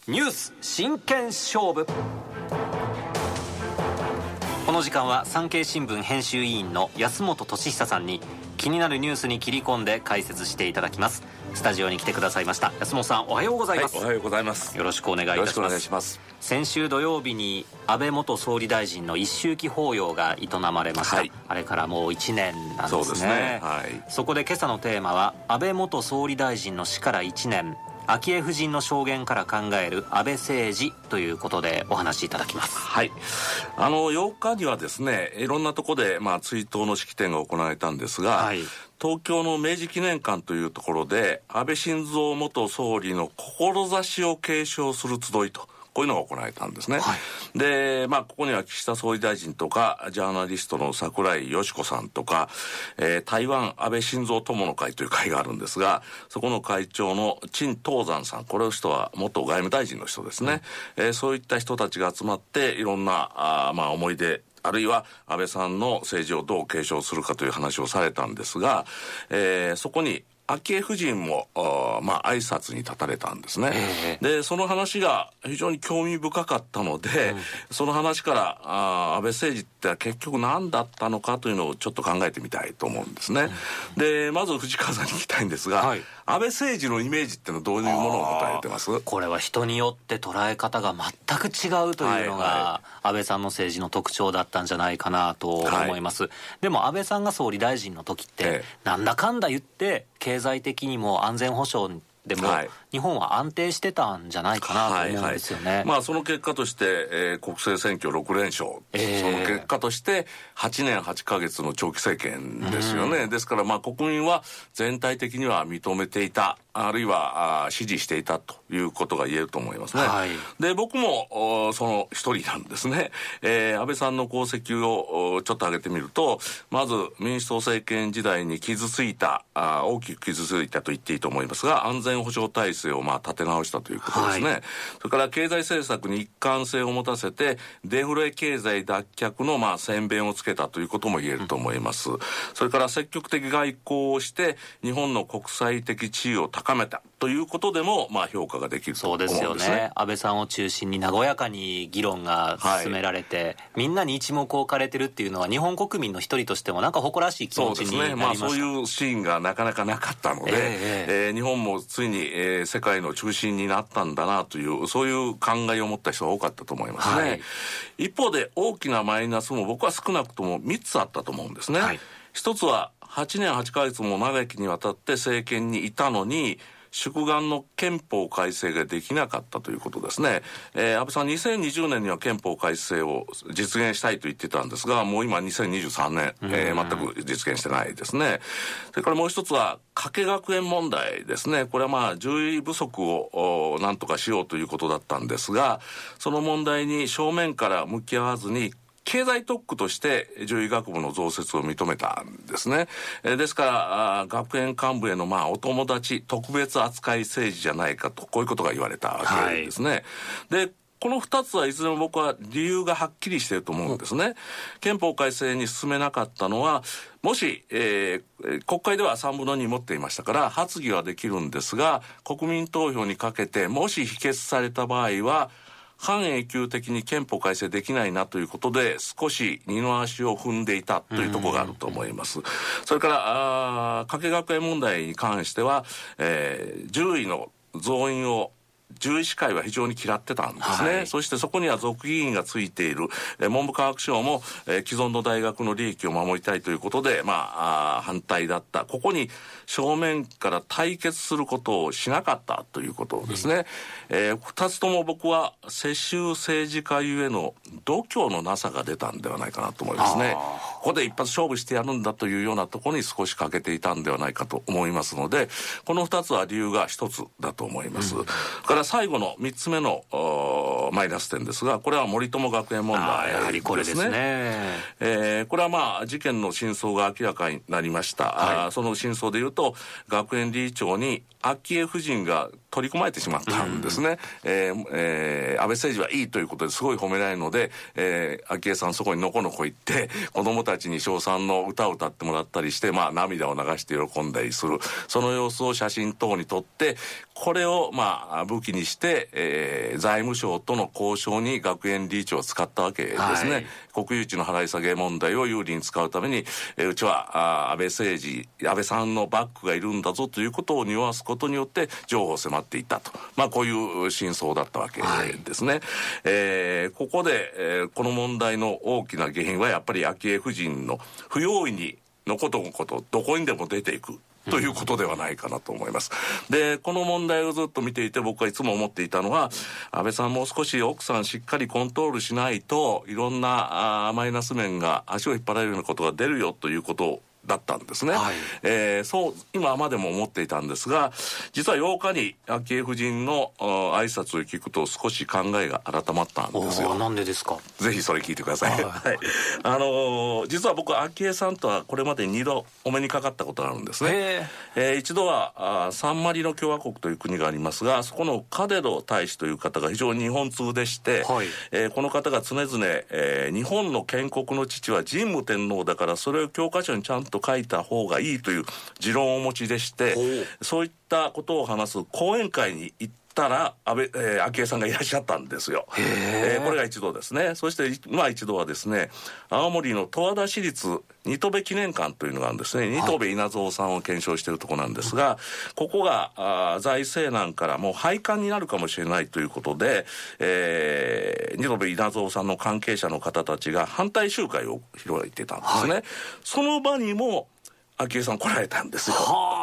ニュース真剣勝負。この時間は産経新聞編集委員の安本俊久さんに気になるニュースに切り込んで解説していただきます。スタジオに来てくださいました安本さん、おはようございます。 はい、おはようございます。 よろしくお願いいたします。 よろしくお願いします。 先週土曜日に安倍元総理大臣の一周忌法要が営まれました、はい、あれからもう1年なんですね。 そうですね、はい、 そこで今朝のテーマは安倍元総理大臣の死から1年、昭恵夫人の証言から考える安倍政治ということでお話しいただきます。 はい、8日にはですね、いろんなところで、追悼の式典が行われたんですが、はい、東京の明治記念館というところで安倍晋三元総理の志を継承する集いと、こういうのが行われたんですね、はい、で、ここには岸田総理大臣とかジャーナリストの櫻井よし子さんとか、台湾安倍晋三友の会という会があるんですが、そこの会長の陳東山さん、この人は元外務大臣の人ですね、そういった人たちが集まっていろんな思い出、あるいは安倍さんの政治をどう継承するかという話をされたんですが、そこに昭恵夫人も挨拶に立たれたんですね、でその話が非常に興味深かったので、その話から安倍政治って結局何だったのかというのをちょっと考えてみたいと思うんですね、でまず藤川さんに聞きたいんですが、はい、安倍政治のイメージってのはどういうものを持たれてます？ これは人によって捉え方が全く違うというのが、安倍さんの政治の特徴だったんじゃないかなと思います、でも安倍さんが総理大臣の時って、なんだかんだ言って経済的にも安全保障でも、日本は安定してたんじゃないかなと思うんですよね、 その結果として、国政選挙6連勝、その結果として8年8ヶ月の長期政権ですよね、ですから国民は全体的には認めていた、あるいは支持していたということが言えると思いますね、はい、で僕もその一人なんですね、安倍さんの功績をちょっと挙げてみると、まず民主党政権時代に大きく傷ついたと言っていいと思いますが、安全保障体制を立て直したということですね、はい、それから経済政策に一貫性を持たせてデフレ経済脱却の先鞭をつけたということも言えると思います、それから積極的外交をして日本の国際的地位を高めたということでも評価ができると思うんですね。 そうですよね、安倍さんを中心に和やかに議論が進められて、はい、みんなに一目置かれてるっていうのは日本国民の一人としても誇らしい気持ちになりました。 そういうシーンがなかなかなかったので、日本もついに、世界の中心になったんだなという、そういう考えを持った人が多かったと思いますね、はい、一方で大きなマイナスも僕は少なくとも3つあったと思うんですね、はい、一つは8年8ヶ月も長きにわたって政権にいたのに宿願の憲法改正ができなかったということですね、安倍さん2020年には憲法改正を実現したいと言ってたんですが、もう今2023年、全く実現してないですね。それからもう一つは加計学園問題ですね。これは獣医不足をなんとかしようということだったんですが、その問題に正面から向き合わずに経済特区として獣医学部の増設を認めたんですね、ですから学園幹部へのお友達特別扱い政治じゃないかと、こういうことが言われたわけですね、はい、でこの2つはいずれも僕は理由がはっきりしていると思うんですね、憲法改正に進めなかったのは、もし、国会では3分の2持っていましたから発議はできるんですが、国民投票にかけてもし否決された場合は半永久的に憲法改正できないなということで少し二の足を踏んでいたというところがあると思います。それから加計学園問題に関しては、獣医の増員を獣医師会は非常に嫌ってたんですね、はい、そしてそこには属議員がついている、文部科学省も、既存の大学の利益を守りたいということで、反対だった。ここに正面から対決することをしなかったということですね、2つとも僕は世襲政治家ゆえの度胸のなさが出たんではないかなと思いますね。ここで一発勝負してやるんだというようなところに少し欠けていたんではないかと思いますので、この2つは理由が1つだと思います、から最後の3つ目のマイナス点ですが、これは森友学園問題ですね。 やはりこれですね、 これは事件の真相が明らかになりました、はい、その真相でいうと学園理事長に昭恵夫人が取り込まれてしまったんですね、安倍政治はいいということですごい褒められるので、昭恵さんそこにのこのこ行って子供たちに称賛の歌を歌ってもらったりして、涙を流して喜んだりする、その様子を写真等に撮ってこれを武器にして、財務省との交渉に学園リーチを使ったわけですね、はい、国有地の払い下げ問題を有利に使うために、うちは安倍さんのバックがいるんだぞということを匂わすことによって譲歩を迫っていったと、こういう真相だったわけですね、はい、ここで、この問題の大きな原因はやっぱり昭恵夫人の不用意にのことどこにでも出ていくということではないかなと思います。で、この問題をずっと見ていて僕はいつも思っていたのは、安倍さんもう少し奥さんしっかりコントロールしないといろんなマイナス面が足を引っ張られるようなことが出るよということだったんですね、はい、そう今までも思っていたんですが、実は8日に昭恵夫人の挨拶を聞くと少し考えが改まったんですよ。 なんでですか？ ぜひそれ聞いてください、はい、実は僕昭恵さんとはこれまで2度お目にかかったことがあるんですね。一度はサンマリノ共和国という国がありますが、そこのカデロ大使という方が非常に日本通でして、はい、この方が常々、日本の建国の父は神武天皇だからそれを教科書にちゃんと書いた方がいいという持論をお持ちでして、そういったことを話す講演会に行ったら昭恵さんがいらっしゃったんですよ。これが一度ですね。そして一度はですね、青森の十和田市立新渡戸記念館というのがあるんですね。新渡戸稲造さんを検証しているところなんですが、ここが財政難からもう廃刊になるかもしれないということで、新渡戸稲造さんの関係者の方たちが反対集会を開いてたんですね、はい、その場にも昭恵さん来られたんですよ。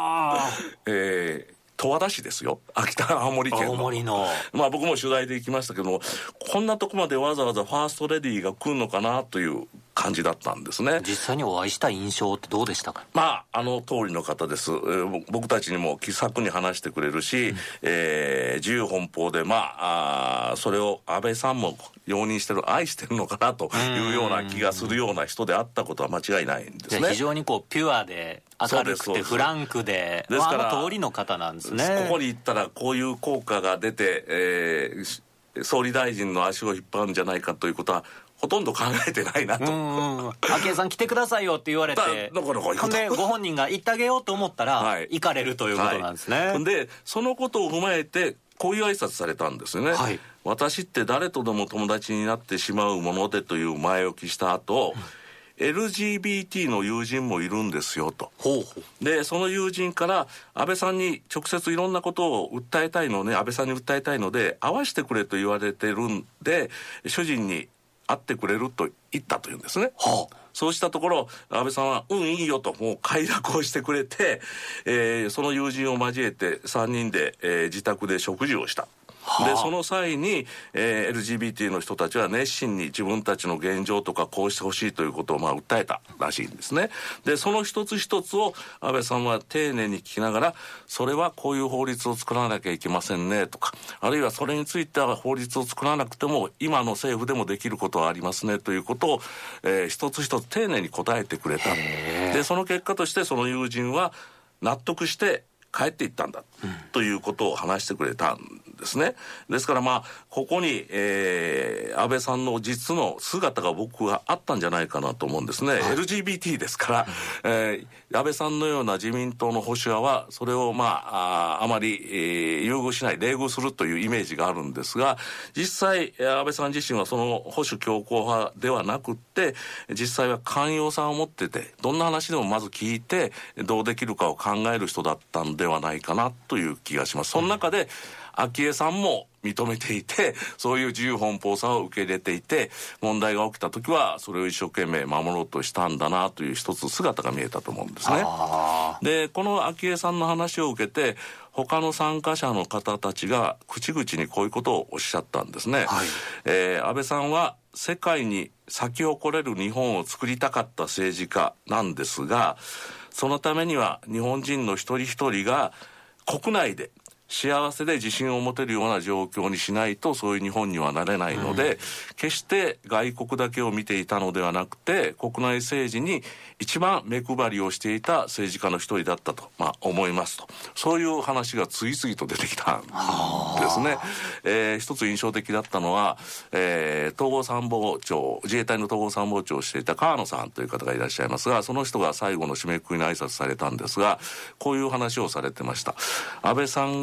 十和田市ですよ、青森県の。青森の僕も取材で行きましたけども、こんなとこまでわざわざファーストレディーが来るのかなという感じだったんですね。 実際にお会いした印象ってどうでしたか？ 通りの方です。僕たちにも気さくに話してくれるし、自由奔放でそれを安倍さんも容認してる、愛してるのかなというような気がするような人であったことは間違いないんですね。 非常にピュアで明るくてフランクで、ですから通りの方なんですね。 ここに行ったらこういう効果が出て、総理大臣の足を引っ張るんじゃないかということはほとんど考えてないなと。 昭恵さん来てくださいよって言われて、ほんでご本人が行ってあげようと思ったら、はい、行かれるということなんですね、はい、 でそのことを踏まえてこういう挨拶されたんですよね、はい、私って誰とでも友達になってしまうものでという前置きした後、LGBT の友人もいるんですよと。でその友人から安倍さんに直接いろんなことを訴えたいのね、安倍さんに訴えたいので会わせてくれと言われてるんで主人に会ってくれると言ったというんですね、そうしたところ安倍さんはいいよともう快諾をしてくれて、その友人を交えて3人で、自宅で食事をした。でその際に、LGBT の人たちは熱心に自分たちの現状とかこうしてほしいということを訴えたらしいんですね。でその一つ一つを安倍さんは丁寧に聞きながら、それはこういう法律を作らなきゃいけませんねとか、あるいはそれについては法律を作らなくても今の政府でもできることはありますねということを、一つ一つ丁寧に答えてくれた。でその結果としてその友人は納得して帰っていったんだ、ということを話してくれたんですね。ですからここに、安倍さんの実の姿が僕はあったんじゃないかなと思うんですね、LGBT ですから、安倍さんのような自民党の保守派はそれをあまり、優遇しない、冷遇するというイメージがあるんですが、実際安倍さん自身はその保守強硬派ではなくって実際は寛容さを持ってて、どんな話でもまず聞いてどうできるかを考える人だったんではないかなという気がします。その中で昭恵さんも認めていて、そういう自由奔放さを受け入れていて、問題が起きた時はそれを一生懸命守ろうとしたんだなという一つ姿が見えたと思うんですね。でこの昭恵さんの話を受けて他の参加者の方たちが口々にこういうことをおっしゃったんですね、安倍さんは世界に咲き誇れる日本を作りたかった政治家なんですが、そのためには日本人の一人一人が国内で幸せで自信を持てるような状況にしないとそういう日本にはなれないので、決して外国だけを見ていたのではなくて国内政治に一番目配りをしていた政治家の一人だったと、思いますと、そういう話が次々と出てきたんですね。一つ印象的だったのは、統合参謀長、自衛隊の統合参謀長をしていた川野さんという方がいらっしゃいますが、その人が最後の締めくくりに挨拶されたんですが、こういう話をされてました。安倍さんが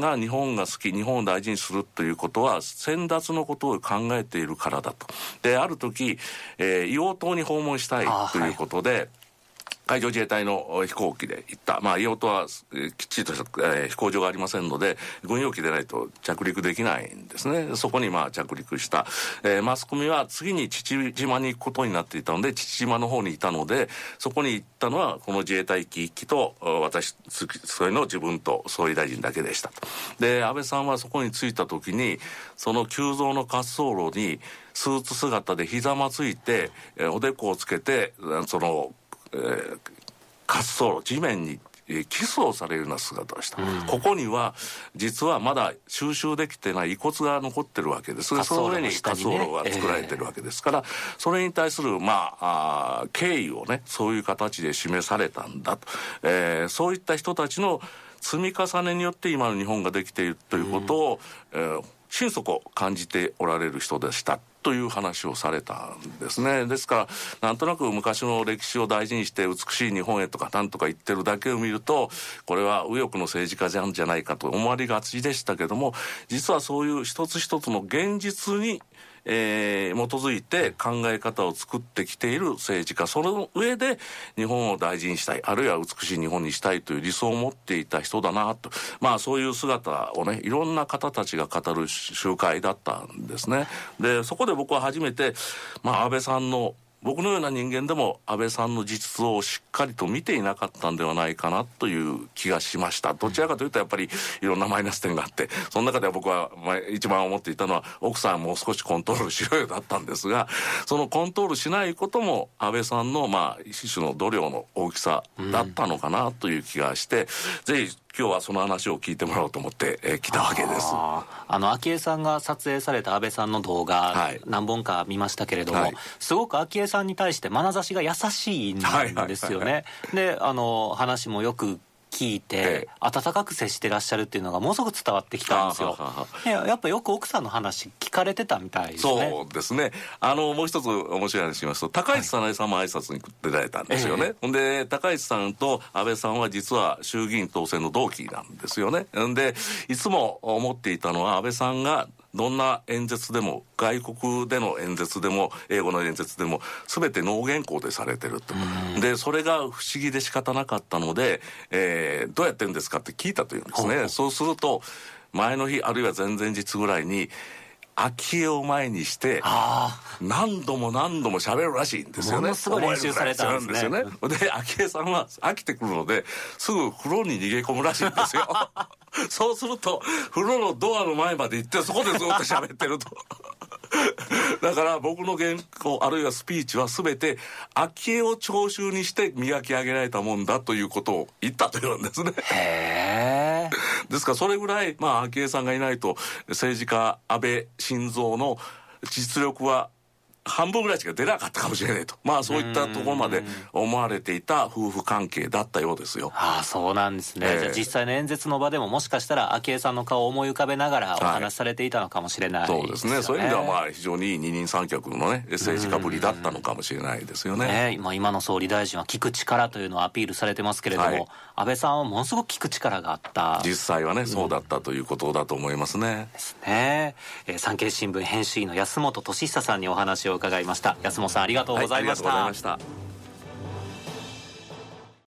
が日本が好き、日本を大事にするということは先達のことを考えているからだと。である時、硫黄島に訪問したいということで、海上自衛隊の飛行機で行った。硫黄島はきっちりとした、飛行場がありませんので、軍用機でないと着陸できないんですね。そこに着陸した。マスコミは次に父島に行くことになっていたので、父島の方にいたので、そこに行ったのはこの自衛隊機1機と私、それの自分と総理大臣だけでしたと。で、安倍さんはそこに着いた時に、その急増の滑走路にスーツ姿でひざまついて、おでこをつけて、その滑走路、地面にキスをされるような姿をした、ここには実はまだ収集できてない遺骨が残ってるわけです。その上に滑走路が作られてるわけですから、それに対する敬意をね、そういう形で示されたんだと、そういった人たちの積み重ねによって今の日本ができているということを、心底感じておられる人でしたという話をされたんですね。ですからなんとなく昔の歴史を大事にして美しい日本へとかなんとか言ってるだけを見ると、これは右翼の政治家じゃないかと思われがちでしたけども、実はそういう一つ一つの現実に基づいて考え方を作ってきている政治家、その上で日本を大事にしたい、あるいは美しい日本にしたいという理想を持っていた人だなと、そういう姿をね、いろんな方たちが語る集会だったんですね。でそこで僕は初めて、安倍さんの、僕のような人間でも安倍さんの実像をしっかりと見ていなかったんではないかなという気がしました。どちらかというとやっぱりいろんなマイナス点があって、その中では僕は一番思っていたのは、奥さんもう少しコントロールしろよだったんですが、そのコントロールしないことも安倍さんの一種の度量の大きさだったのかなという気がして、ぜひ今日はその話を聞いてもらおうと思って来たわけです。 昭恵さんが撮影された安倍さんの動画、何本か見ましたけれども、すごく昭恵さんに対して眼差しが優しいんですよね。で話もよく聞いて、温かく接してらっしゃるっていうのがものすごく伝わってきたんですよ。やっぱよく奥さんの話聞かれてたみたいですね。 そうですね。もう一つ面白い話しますと、高市早苗さんも挨拶に出られたんですよね。で高市さんと安倍さんは実は衆議院当選の同期なんですよね。でいつも思っていたのは、安倍さんがどんな演説でも、外国での演説でも英語の演説でも全て脳原稿でされてると。でそれが不思議で仕方なかったので、どうやってるんですかって聞いたというんですね。そうすると前の日あるいは前々日ぐらいに昭恵を前にして何度も喋るらしいんですよね。 ものすごい練習されたんですね。 で昭恵さんは飽きてくるのですぐ風呂に逃げ込むらしいんですよ。そうすると風呂のドアの前まで行ってそこでずっと喋ってると。だから僕の原稿あるいはスピーチは全て昭恵を聴衆にして磨き上げられたもんだということを言ったというんですね。ですからそれぐらい昭恵さんがいないと政治家安倍晋三の実力は半分ぐらいしか出なかったかもしれないと、そういったところまで思われていた夫婦関係だったようですよ。 そうなんですね。じゃあ実際の演説の場でももしかしたら昭恵さんの顔を思い浮かべながらお話しされていたのかもしれないですよね。 そうですね。そういう意味では非常にいい二人三脚のね政治家ぶりだったのかもしれないですよね。 今の総理大臣は聞く力というのをアピールされてますけれども、安倍さんはものすごく聞く力があった。 実際はね、そうだったということだと思いますね。 ですね。産経新聞編集員の安本俊久さんにお話を伺いました。安本さんありがとうございました。 ありがとうございました。